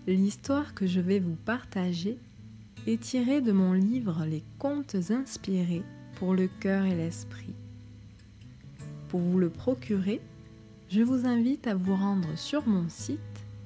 L'histoire que je vais vous partager est tirée de mon livre Les contes inspirés pour le cœur et l'esprit. Pour vous le procurer, je vous invite à vous rendre sur mon site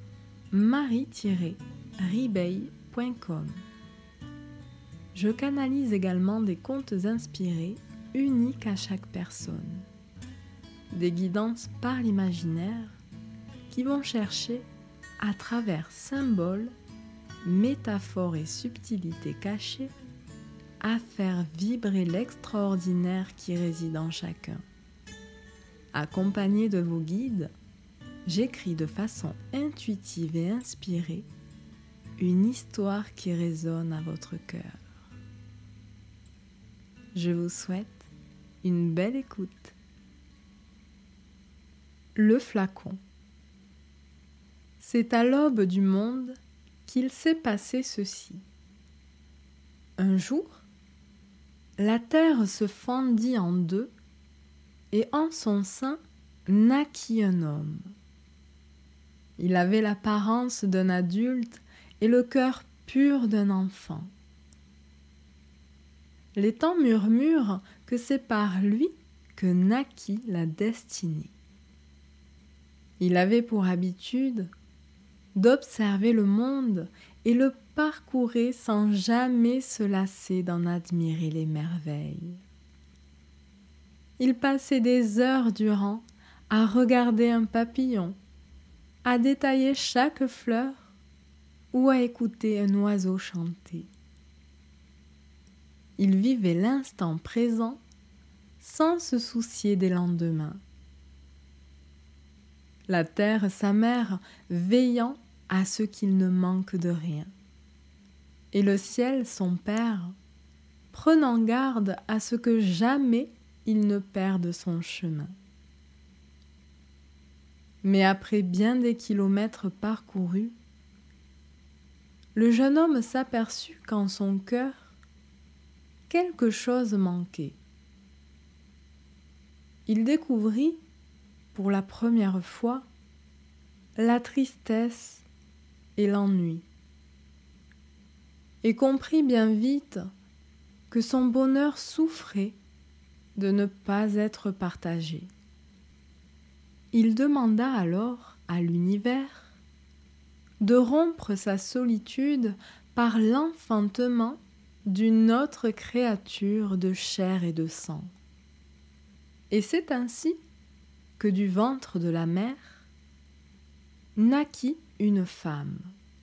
marie-ribeil.com. Je canalise également des contes inspirés uniques à chaque personne. Des guidances par l'imaginaire qui vont chercher, à travers symboles, métaphores et subtilités cachées, à faire vibrer l'extraordinaire qui réside en chacun. Accompagné de vos guides, j'écris de façon intuitive et inspirée une histoire qui résonne à votre cœur. Je vous souhaite une belle écoute. Le flacon. C'est à l'aube du monde qu'il s'est passé ceci. Un jour, la terre se fendit en deux et en son sein naquit un homme. Il avait l'apparence d'un adulte et le cœur pur d'un enfant. Les temps murmurent que c'est par lui que naquit la destinée. Il avait pour habitude d'observer le monde et le parcourait sans jamais se lasser d'en admirer les merveilles. Il passait des heures durant à regarder un papillon, à détailler chaque fleur ou à écouter un oiseau chanter. Il vivait l'instant présent sans se soucier des lendemains. La terre, sa mère, veillant à ce qu'il ne manque de rien. Et le ciel, son père, prenant garde à ce que jamais il ne perde son chemin. Mais après bien des kilomètres parcourus, le jeune homme s'aperçut qu'en son cœur, quelque chose manquait. Il découvrit, pour la première fois, la tristesse et l'ennui, et comprit bien vite que son bonheur souffrait de ne pas être partagé. Il demanda alors à l'univers de rompre sa solitude par l'enfantement d'une autre créature de chair et de sang. Et c'est ainsi que du ventre de la mère naquit une femme.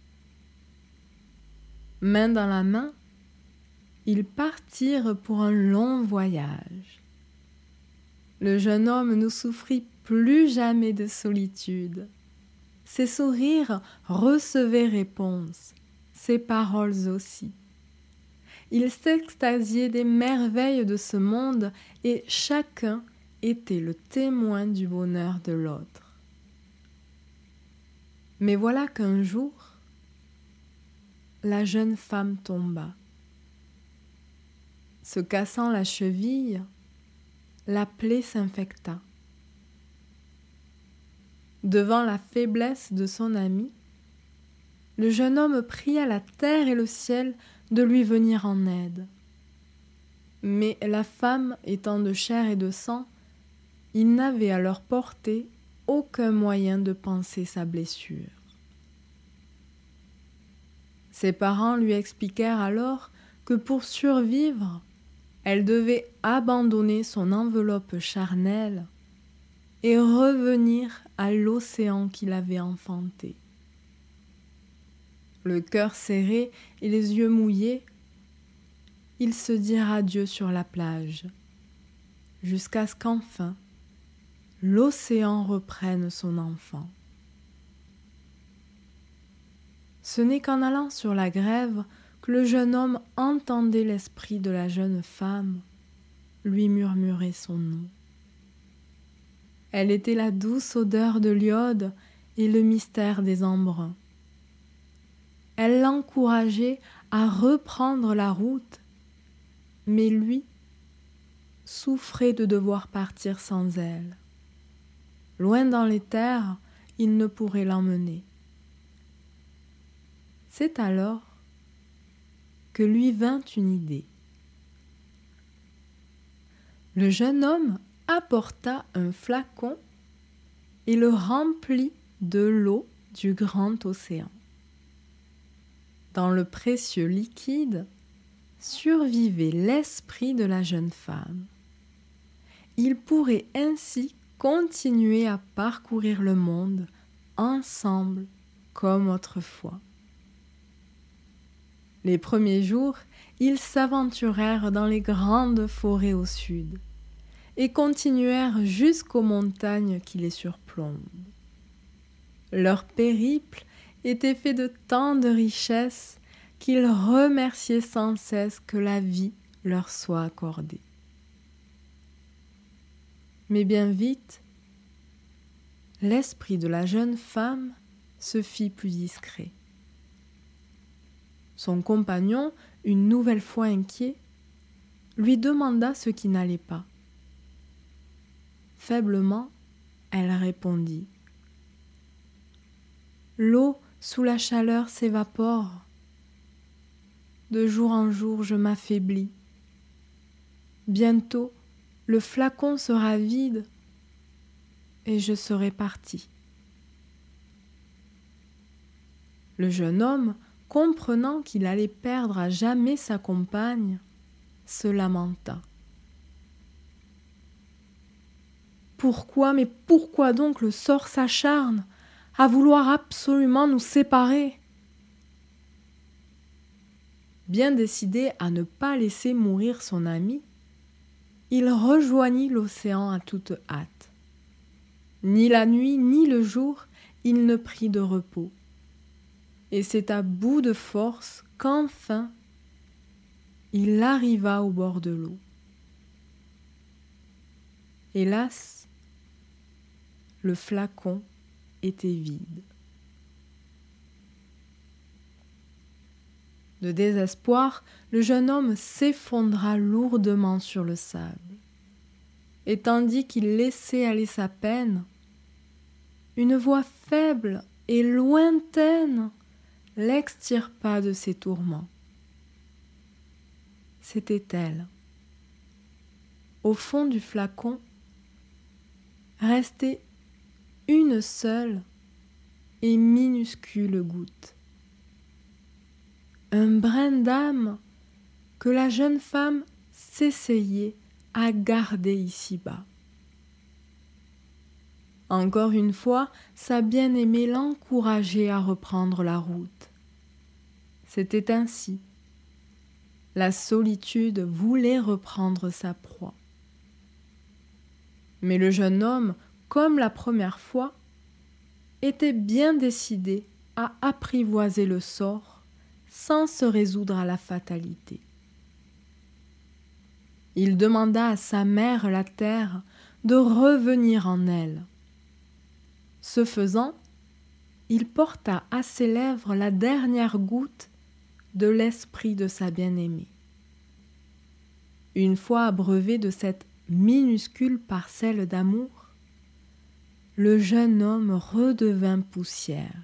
Main dans la main, ils partirent pour un long voyage. Le jeune homme ne souffrit plus jamais de solitude. Ses sourires recevaient réponse, ses paroles aussi. Il s'extasiait des merveilles de ce monde et chacun était le témoin du bonheur de l'autre. Mais voilà qu'un jour, la jeune femme tomba. Se cassant la cheville, la plaie s'infecta. Devant la faiblesse de son ami, le jeune homme pria la terre et le ciel de lui venir en aide. Mais la femme étant de chair et de sang, il n'avait à leur portée aucun moyen de panser sa blessure. Ses parents lui expliquèrent alors que pour survivre, elle devait abandonner son enveloppe charnelle et revenir à l'océan qui l'avait enfantée. Le cœur serré et les yeux mouillés, ils se dirent adieu sur la plage, jusqu'à ce qu'enfin, l'océan reprenne son enfant. Ce n'est qu'en allant sur la grève que le jeune homme entendait l'esprit de la jeune femme lui murmurer son nom. Elle était la douce odeur de l'iode et le mystère des embruns. Elle l'encourageait à reprendre la route, mais lui souffrait de devoir partir sans elle. Loin dans les terres, il ne pourrait l'emmener. C'est alors que lui vint une idée. Le jeune homme apporta un flacon et le remplit de l'eau du grand océan. Dans le précieux liquide survivait l'esprit de la jeune femme. Ils pourraient ainsi continuer à parcourir le monde ensemble comme autrefois. Les premiers jours, ils s'aventurèrent dans les grandes forêts au sud et continuèrent jusqu'aux montagnes qui les surplombent. Leur périple était fait de tant de richesses qu'ils remerciaient sans cesse que la vie leur soit accordée. Mais bien vite, l'esprit de la jeune femme se fit plus discret. Son compagnon, une nouvelle fois inquiet, lui demanda ce qui n'allait pas. Faiblement, elle répondit : « L'eau sous la chaleur s'évapore. De jour en jour, je m'affaiblis. Bientôt, le flacon sera vide et je serai parti. » Le jeune homme, comprenant qu'il allait perdre à jamais sa compagne, se lamenta. « Pourquoi, mais pourquoi donc le sort s'acharne à vouloir absolument nous séparer ?» Bien décidé à ne pas laisser mourir son ami, il rejoignit l'océan à toute hâte. Ni la nuit ni le jour, il ne prit de repos. Et c'est à bout de force qu'enfin il arriva au bord de l'eau. Hélas, le flacon était vide. De désespoir, le jeune homme s'effondra lourdement sur le sable. Et tandis qu'il laissait aller sa peine, une voix faible et lointaine l'extirpa de ses tourments. C'était elle. Au fond du flacon restait une seule et minuscule goutte. Un brin d'âme que la jeune femme s'essayait à garder ici-bas. Encore une fois, sa bien-aimée l'encourageait à reprendre la route. C'était ainsi. La solitude voulait reprendre sa proie. Mais le jeune homme, comme la première fois, était bien décidé à apprivoiser le sort sans se résoudre à la fatalité. Il demanda à sa mère, la terre, de revenir en elle. Ce faisant, il porta à ses lèvres la dernière goutte de l'esprit de sa bien-aimée. Une fois abreuvé de cette minuscule parcelle d'amour, le jeune homme redevint poussière.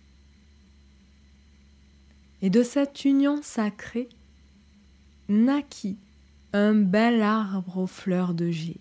Et de cette union sacrée naquit un bel arbre aux fleurs de gais.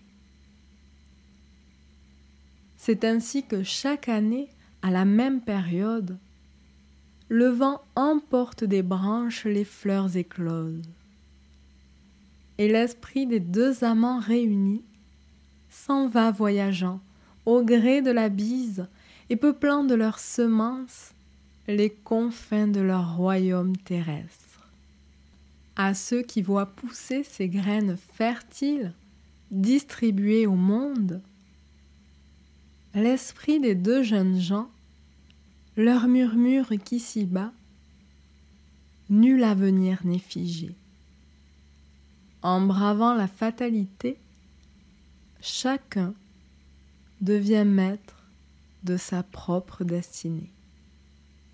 C'est ainsi que chaque année, à la même période, le vent emporte des branches les fleurs écloses. Et l'esprit des deux amants réunis s'en va voyageant au gré de la bise et peuplant de leurs semences les confins de leur royaume terrestre. À ceux qui voient pousser ces graines fertiles distribuées au monde, l'esprit des deux jeunes gens leur murmure qu'ici-bas, nul avenir n'est figé. En bravant la fatalité, chacun devient maître de sa propre destinée.